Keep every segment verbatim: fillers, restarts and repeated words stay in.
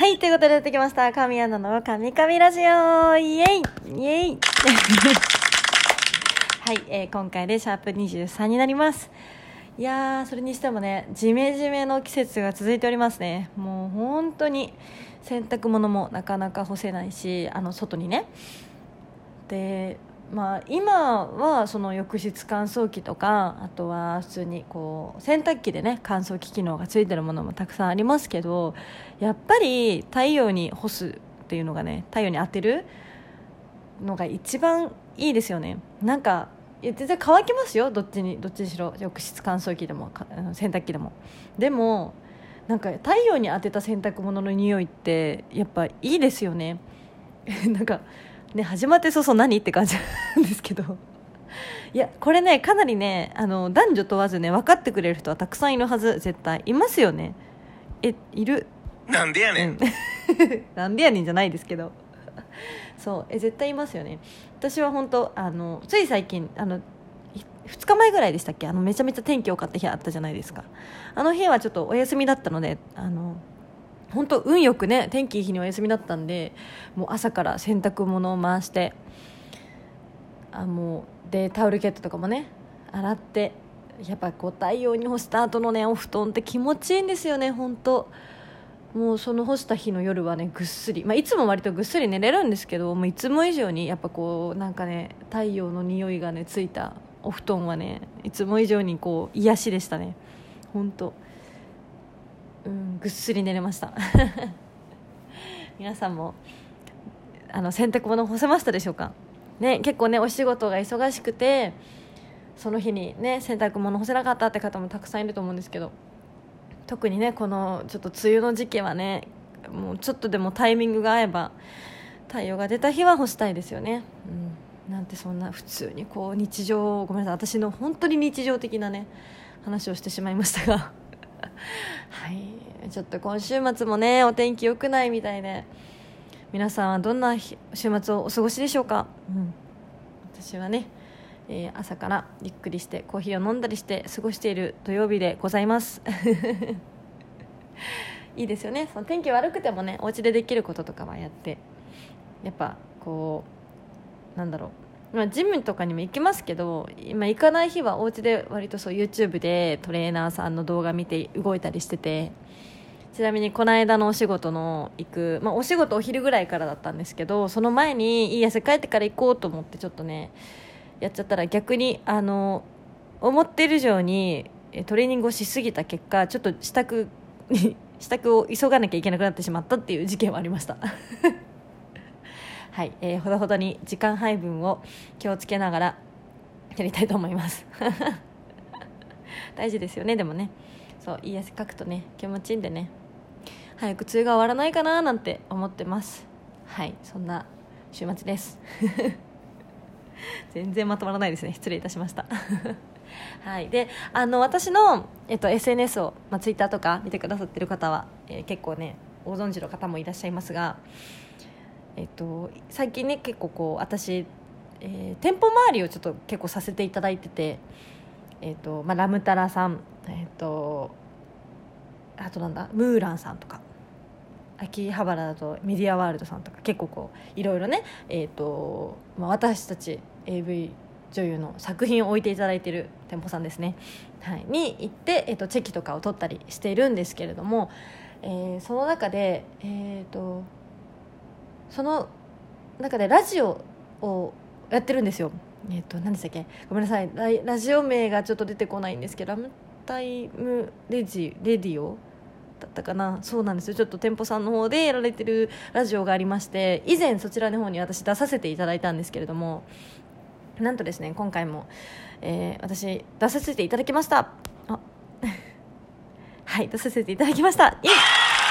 はい、ということでやってきました。神アナの神々ラジオイエイイエイはい、えー、今回でシャープにじゅうさんになります。いやー、それにしてもね、ジメジメの季節が続いておりますね。もう本当に洗濯物もなかなか干せないし、あの外にね。で、まあ、今はその浴室乾燥機とか、あとは普通にこう洗濯機でね乾燥機機能がついてるものもたくさんありますけど、やっぱり太陽に干すっていうのがね、太陽に当てるのが一番いいですよね。なんかいや全然乾きますよ、どっちにどっちにしろ、浴室乾燥機でもか洗濯機でも。でもなんか太陽に当てた洗濯物の匂いってやっぱいいですよねなんかね、始まってそうそう何って感じなんですけど、いやこれねかなりね、あの男女問わずね分かってくれる人はたくさんいるはず。絶対いますよね。えいるなんでやねん、 うん、なんでやねんじゃないですけどそうえ絶対いますよね。私は本当あのつい最近あのふつかまえぐらいでしたっけ、あのめちゃめちゃ天気良かった日あったじゃないですか。あの日はちょっとお休みだったので、あの本当運よくね天気いい日にお休みだったんで、もう朝から洗濯物を回して、あもうでタオルケットとかもね洗って、やっぱこう太陽に干した後のねお布団って気持ちいいんですよね。本当もうその干した日の夜はねぐっすり、まあ、いつも割とぐっすり寝れるんですけど、もういつも以上にやっぱこうなんかね太陽の匂いがねついたお布団はねいつも以上にこう癒しでしたね。本当うん、ぐっすり寝れました皆さんもあの洗濯物干せましたでしょうか、ね、結構ねお仕事が忙しくてその日にね洗濯物干せなかったって方もたくさんいると思うんですけど、特にねこのちょっと梅雨の時期はね、もうちょっとでもタイミングが合えば太陽が出た日は干したいですよね、うん、なんてそんな普通にこう日常、ごめんなさい私の本当に日常的なね話をしてしまいましたがはい、ちょっと今週末もねお天気良くないみたいで、皆さんはどんな週末をお過ごしでしょうか、うん、私はね、えー、朝からゆっくりしてコーヒーを飲んだりして過ごしている土曜日でございますいいですよね。その天気悪くてもねお家でできることとかはやって、やっぱこうなんだろう、まあ、ジムとかにも行きますけど、今行かない日はお家で割とそう YouTube でトレーナーさんの動画見て動いたりしてて、ちなみにこの間のお仕事の行く、まあ、お仕事お昼ぐらいからだったんですけど、その前にいい汗帰ってから行こうと思ってちょっとねやっちゃったら、逆にあの思っている以上にトレーニングをしすぎた結果、ちょっと支度に支度を急がなきゃいけなくなってしまったっていう事件はありましたはい、えー、ほどほどに時間配分を気をつけながらやりたいと思います大事ですよね。でもね、そういい汗かくとね気持ちいいんでね、早く梅雨が終わらないかななんて思ってます。はい、そんな週末です全然まとまらないですね、失礼いたしましたはい、であの私の、えっと、エスエヌエス を、まあ、ツイッターとか見てくださってる方は、えー、結構ねご存知の方もいらっしゃいますが、えっと、最近ね結構こう私、えー、店舗周りをちょっと結構させていただいてて、えっとまあ、ラムタラさん、えっと、あとなんだムーランさんとか、秋葉原だとメディアワールドさんとか、結構こういろいろね、えっとまあ、私たち エーブイ 女優の作品を置いていただいている店舗さんですね、はい、に行って、えっと、チェキとかを取ったりしているんですけれども、えー、その中で、えっとその中でラジオをやってるんですよ。えっと何でしたっけ、ごめんなさい、ラ, ラジオ名がちょっと出てこないんですけど、ラムタイムレジレディオだったかな。そうなんですよ、ちょっと店舗さんの方でやられてるラジオがありまして、以前そちらの方に私出させていただいたんですけれども、なんとですね今回も、えー、私出させていただきました。あはい、出させていただきました。イエイ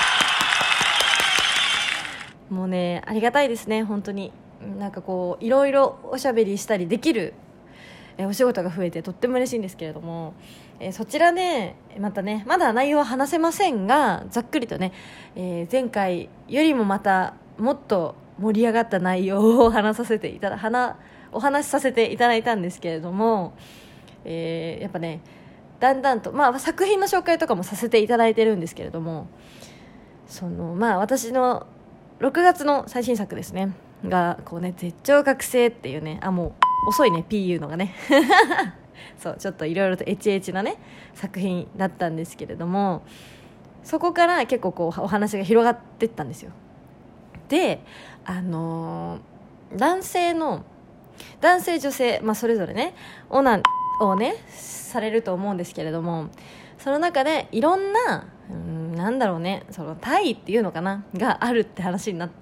もうねありがたいですね本当に。なんかこういろいろおしゃべりしたりできる、えー、お仕事が増えてとっても嬉しいんですけれども、えー、そちらねまたねまだ内容は話せませんが、ざっくりとね、えー、前回よりもまたもっと盛り上がった内容を話させていただ話お話しさせていただいたんですけれども、えー、やっぱねだんだんと、まあ、作品の紹介とかもさせていただいてるんですけれども、 そのまあ私のろくがつの最新作ですねがこうね絶頂覚醒っていうね、あもう遅いね ピー 言うのがねそうちょっといろいろとエチエチなね作品だったんですけれども、そこから結構こうお話が広がっていったんですよ。であのー、男性の男性女性、まあ、それぞれねオナンをねされると思うんですけれども、その中でいろんなうーんなんだろうね、その体位っていうのかながあるって話になって、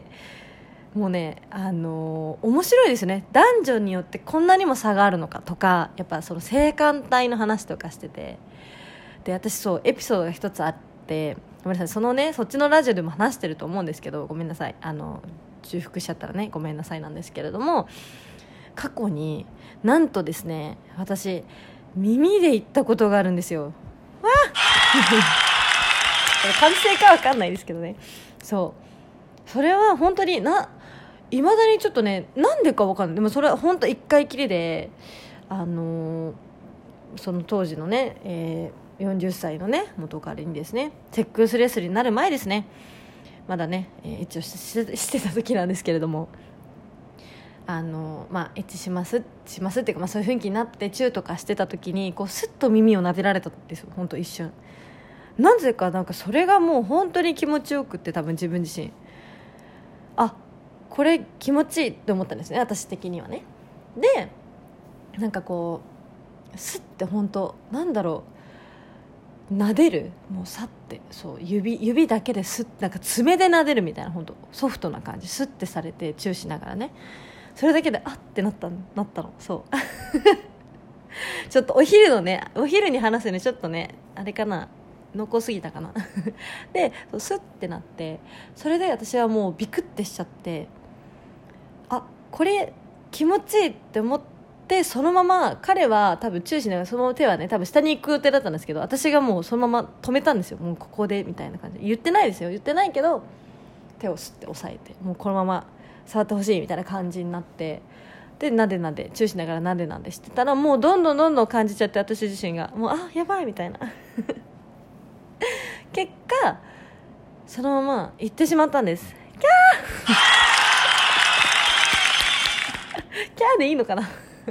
もうねあのー面白いですね。男女によってこんなにも差があるのかとか、やっぱその性感帯の話とかしてて、で私そうエピソードが一つあって、ごめんなさい、そのねそっちのラジオでも話してると思うんですけど、ごめんなさい、あの重複しちゃったらねごめんなさいなんですけれども、過去になんとですね私耳で言ったことがあるんですよ。わこれ完成かわかんないですけどね、そうそれは本当にないまだにちょっとねなんでかわかんない。でもそれは本当一回きりで、あのーその当時のね、えー、よんじゅっさいのね元彼にですね、セックスレスリーになる前ですね、まだね、えー、エッチをししてしてた時なんですけれども、あのまあエッチしますしますっていうか、まあ、そういう雰囲気になってチューとかしてた時にこうスッと耳を撫でられたんですよ。本当一瞬なぜかなんかそれがもう本当に気持ちよくって、多分自分自身あこれ気持ちいいって思ったんですね、私的にはね。でなんかこうスッて本当なんだろう、撫でる、もうさってそう指指だけでスッなんか爪で撫でるみたいな、本当ソフトな感じ、スッてされてチューしながらね、それだけであってなったなったの。そうちょっとお昼のねお昼に話すのちょっとねあれかな、濃厚すぎたかなでそうスッてなって、それで私はもうビクッてしちゃって、あこれ気持ちいいって思って、そのまま彼は多分チューしながらその手はね多分下に行く予定だったんですけど、私がもうそのまま止めたんですよ。もうここでみたいな感じで言ってないですよ、言ってないけど手をスッて押さえて、もうこのまま触ってほしいみたいな感じになって、でなでなでチューしながらなでなでしてたら、もうどんどんどんどん感じちゃって、私自身がもうあやばいみたいな結果そのまま行ってしまったんです。キャーキャーでいいのかな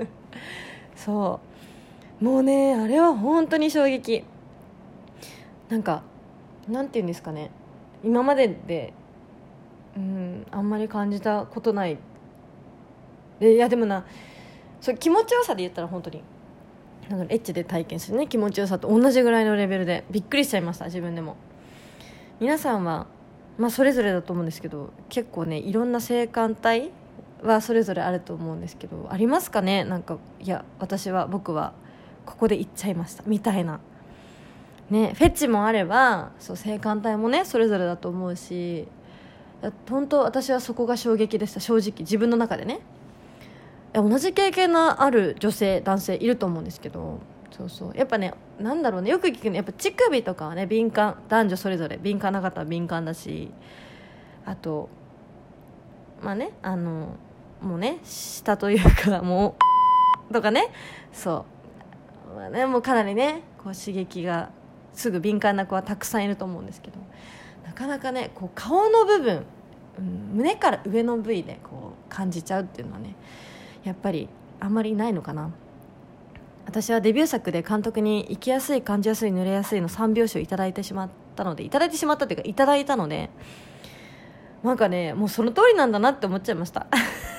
そうもうねあれは本当に衝撃。なんかなんていうんですかね、今まででうんあんまり感じたことない。でいやでもな、そう気持ちよさで言ったら本当になんだろう、エッチで体験するね気持ちよさと同じぐらいのレベルでびっくりしちゃいました、自分でも。皆さんは、まあ、それぞれだと思うんですけど、結構ねいろんな性感帯はそれぞれあると思うんですけど、ありますかね。なんかいや私は僕はここで行っちゃいましたみたいなね。フェチもあればそう性感帯もねそれぞれだと思うし、本当私はそこが衝撃でした、正直自分の中でね。同じ経験のある女性男性いると思うんですけど、そうそうやっぱねなんだろうね、よく聞くのやっぱ乳首とかはね敏感、男女それぞれ敏感な方は敏感だし、あとまあねあのもうね下というかもうとかね、そう、まあね、もうかなりねこう刺激がすぐ敏感な子はたくさんいると思うんですけど、なかなかねこう顔の部分、うん、胸から上の部位でこう感じちゃうっていうのはねやっぱりあんまりないのかな。私はデビュー作で監督に生きやすい感じやすい濡れやすいのさん拍子をいただいてしまったのでいただいてしまったというかいただいたので、なんかねもうその通りなんだなって思っちゃいました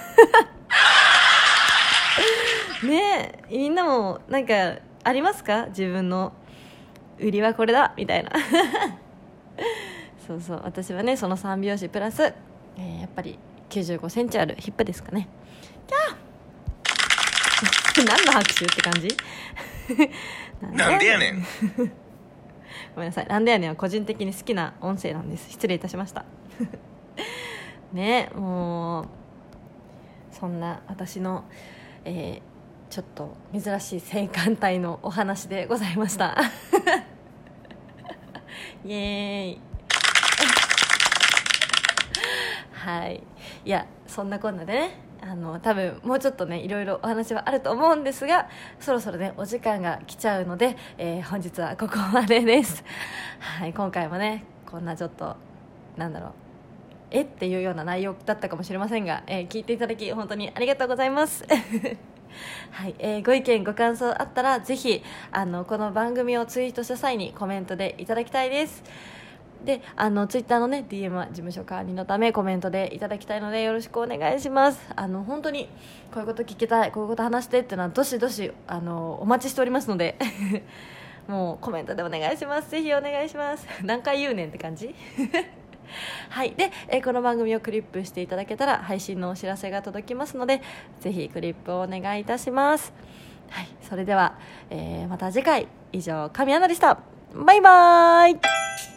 ねえ、みんなもなんかありますか、自分の売りはこれだみたいなそうそう私はねそのさん拍子プラス、えー、やっぱりきゅうじゅうごセンチあるヒップですかね。キャー何の拍手って感じなんでやねんごめんなさい、なんでやねんは個人的に好きな音声なんです。失礼いたしましたね、もうそんな私の、えー、ちょっと珍しい性感帯のお話でございましたイエーイはい、いやそんなこんなでね、あの多分もうちょっとねいろいろお話はあると思うんですが、そろそろねお時間が来ちゃうので、えー、本日はここまでです。はい、今回もねこんなちょっとなんだろうえっていうような内容だったかもしれませんが、えー、聞いていただき本当にありがとうございますはい、えー、ご意見ご感想あったらぜひあのこの番組をツイートした際にコメントでいただきたいです。であのツイッターの、ね、ディーエム は事務所管理のためコメントでいただきたいのでよろしくお願いします。あの本当にこういうこと聞きたいこういうこと話してっていうのはどしどしあのお待ちしておりますのでもうコメントでお願いします。ぜひお願いします。何回言うねんって感じはいで、えー、この番組をクリップしていただけたら配信のお知らせが届きますのでぜひクリップをお願いいたします。はい、それでは、えー、また次回。以上神アナでした。バイバーイ。